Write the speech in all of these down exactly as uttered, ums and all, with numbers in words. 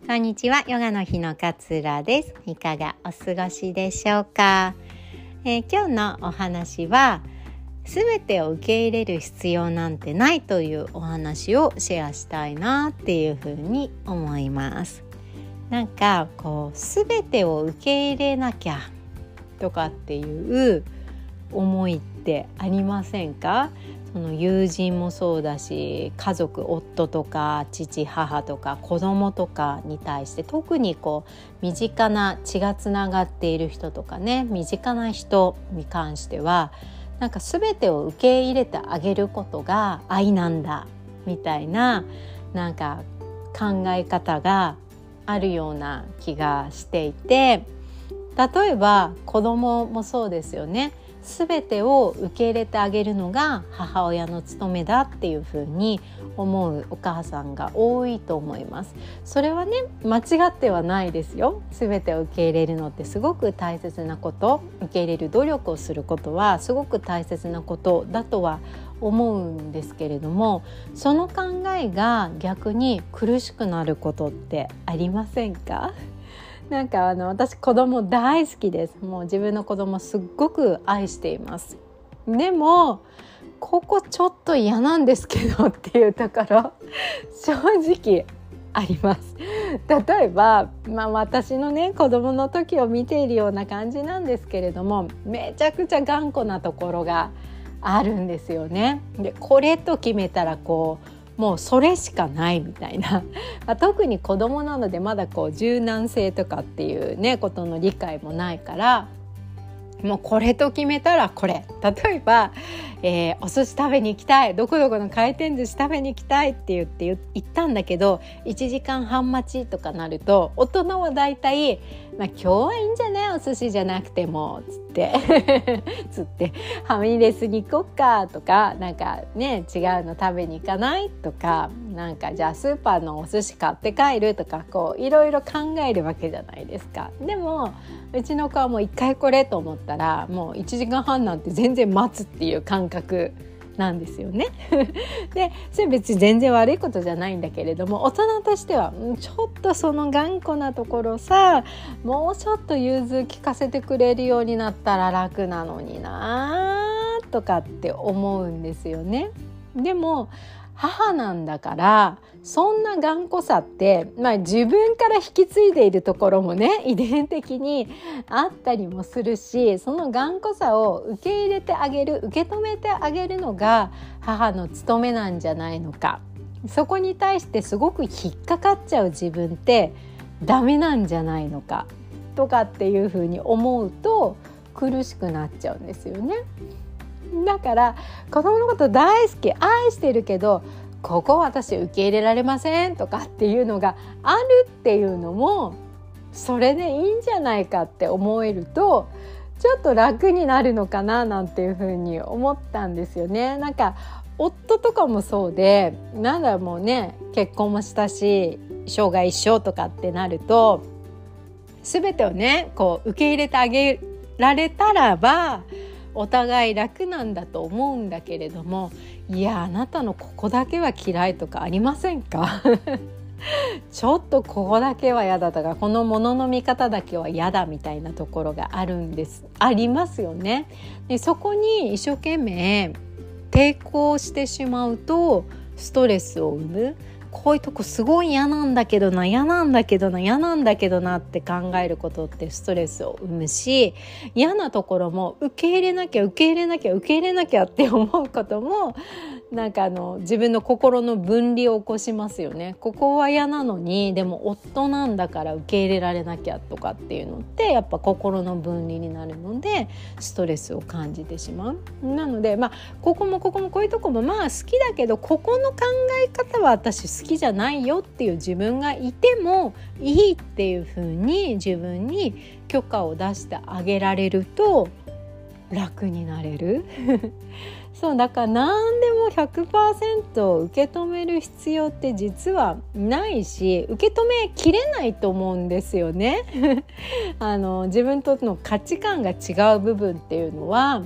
こんにちは、ヨガの日の勝浦です。いかがお過ごしでしょうか。えー、今日のお話は、すべてを受け入れる必要なんてないというお話をシェアしたいなっていうふうに思います。なんかこうすべてを受け入れなきゃとかっていう思いってありませんか？その友人もそうだし、家族、夫とか父、母とか子供とかに対して、特にこう身近な血がつながっている人とかね、身近な人に関しては、なんか全てを受け入れてあげることが愛なんだみたいな、なんか考え方があるような気がしていて、例えば子供もそうですよね。全てを受け入れてあげるのが母親の務めだっていうふうに思うお母さんが多いと思います。それはね、間違ってはないですよ。全てを受け入れるのってすごく大切なこと、受け入れる努力をすることはすごく大切なことだとは思うんですけれども、その考えが逆に苦しくなることってありませんか？なんかあの私子供大好きです。もう自分の子供すっごく愛しています。でもここちょっと嫌なんですけどっていうところ正直あります。例えば、まあ、私のね子供の時を見ているような感じなんですけれども、めちゃくちゃ頑固なところがあるんですよね。でこれと決めたらこうもうそれしかないみたいなまあ、特に子供なのでまだこう柔軟性とかっていうねことの理解もないから、もうこれと決めたらこれ。例えば、えー、お寿司食べに行きたい、どこどこの回転寿司食べに行きたいって言って言ったんだけど、いちじかんはん待ちとかなると、大人はだいたい、まあ、今日はいいんじゃない、お寿司じゃなくてもつってつってファミレスに行こっかとか、なんかね違うの食べに行かないとか、なんかじゃあスーパーのお寿司買って帰るとか、こういろいろ考えるわけじゃないですか。でもうちの子はもう一回これと思ったら、もういちじかんはんなんて全然待つっていう感覚なんですよねでそれ別に全然悪いことじゃないんだけれども、大人としてはちょっとその頑固なところさ、もうちょっと融通聞かせてくれるようになったら楽なのになとかって思うんですよね。でも母なんだから、そんな頑固さって、まあ、自分から引き継いでいるところもね遺伝的にあったりもするし、その頑固さを受け入れてあげる、受け止めてあげるのが母の務めなんじゃないのか。そこに対してすごく引っかかっちゃう自分ってダメなんじゃないのかとかっていうふうに思うと苦しくなっちゃうんですよね。だから子供のこと大好き、愛してるけど、ここ私受け入れられませんとかっていうのがあるっていうのも、それでいいんじゃないかって思えるとちょっと楽になるのかななんていうふうに思ったんですよね。なんか夫とかもそうで、なんだもうね結婚もしたし生涯一生とかってなると、全てをねこう受け入れてあげられたらばお互い楽なんだと思うんだけれども、いやあなたのここだけは嫌いとかありませんかちょっとここだけは嫌だとか、このものの見方だけは嫌だみたいなところがあるんですありますよね。でそこに一生懸命抵抗してしまうとストレスを生む。こういうとこすごい嫌なんだけどな、嫌なんだけどな、嫌なんだけどなって考えることってストレスを生むし、嫌なところも受け入れなきゃ受け入れなきゃ受け入れなきゃって思うことも、なんかあの自分の心の分離を起こしますよね。ここは嫌なのに、でも夫なんだから受け入れられなきゃとかっていうのってやっぱ心の分離になるので、ストレスを感じてしまう。なのでまあここもここもこういうとこもまあ好きだけど、ここの考え方は私好きじゃないよっていう自分がいてもいいっていう風に自分に許可を出してあげられると楽になれるそうだから何でも ひゃくパーセント 受け止める必要って実はないし、受け止めきれないと思うんですよねあの自分との価値観が違う部分っていうのは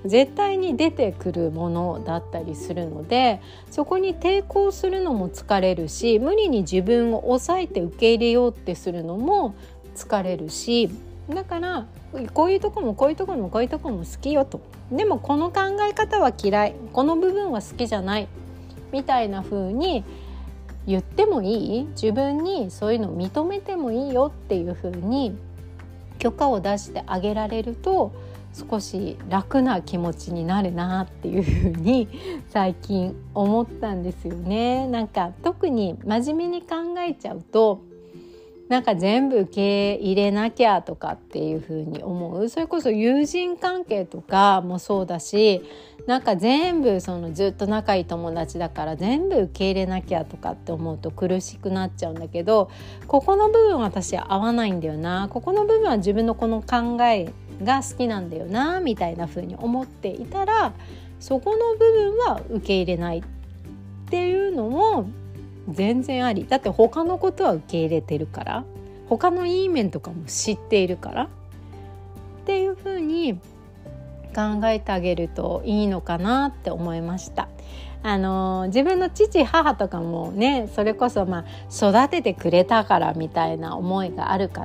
絶対に出てくるものだったりするので、そこに抵抗するのも疲れるし、無理に自分を抑えて受け入れようってするのも疲れるし、だからこういうとこもこういうとこもこういうとこも好きよと、でもこの考え方は嫌い、この部分は好きじゃないみたいな風に言ってもいい、自分にそういうのを認めてもいいよっていう風に許可を出してあげられると、少し楽な気持ちになるなっていう風に最近思ったんですよね。なんか特に真面目に考えちゃうと、なんか全部受け入れなきゃとかっていう風に思う。それこそ友人関係とかもそうだし、なんか全部そのずっと仲いい友達だから全部受け入れなきゃとかって思うと苦しくなっちゃうんだけど、ここの部分私は合わないんだよな、ここの部分は自分のこの考えが好きなんだよなみたいな風に思っていたら、そこの部分は受け入れないっていうのも全然あり。だって他のことは受け入れてるから、他のいい面とかも知っているからっていう風に考えてあげるといいのかなって思いました。あの自分の父母とかもね、それこそまあ育ててくれたからみたいな思いがあるから、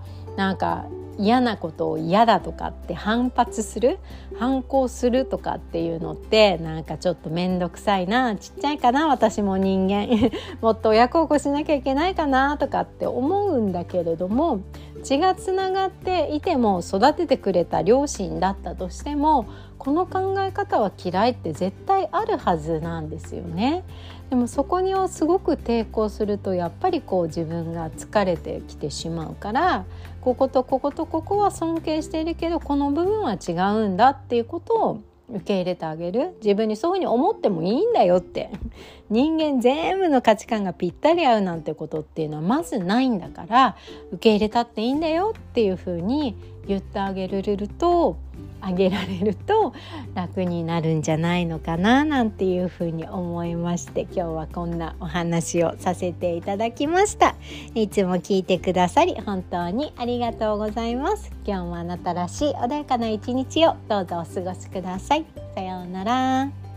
なんか嫌なことを嫌だとかって反発する、反抗するとかっていうのってなんかちょっと面倒くさいな、ちっちゃいかな私も人間もっと親孝行しなきゃいけないかなとかって思うんだけれども、血がつながっていても育ててくれた両親だったとしても、この考え方は嫌いって絶対あるはずなんですよね。でもそこにはすごく抵抗すると、やっぱりこう自分が疲れてきてしまうから、こことこことここは尊敬しているけどこの部分は違うんだっていうことを受け入れてあげる。自分にそういうふうに思ってもいいんだよって人間全部の価値観がぴったり合うなんてことっていうのはまずないんだから、受け入れたっていいんだよっていうふうに言ってあげられるとあげられると楽になるんじゃないのかななんていうふうに思いまして、今日はこんなお話をさせていただきました。いつも聞いてくださり本当にありがとうございます。今日もあなたらしい穏やかな一日をどうぞお過ごしください。さようなら。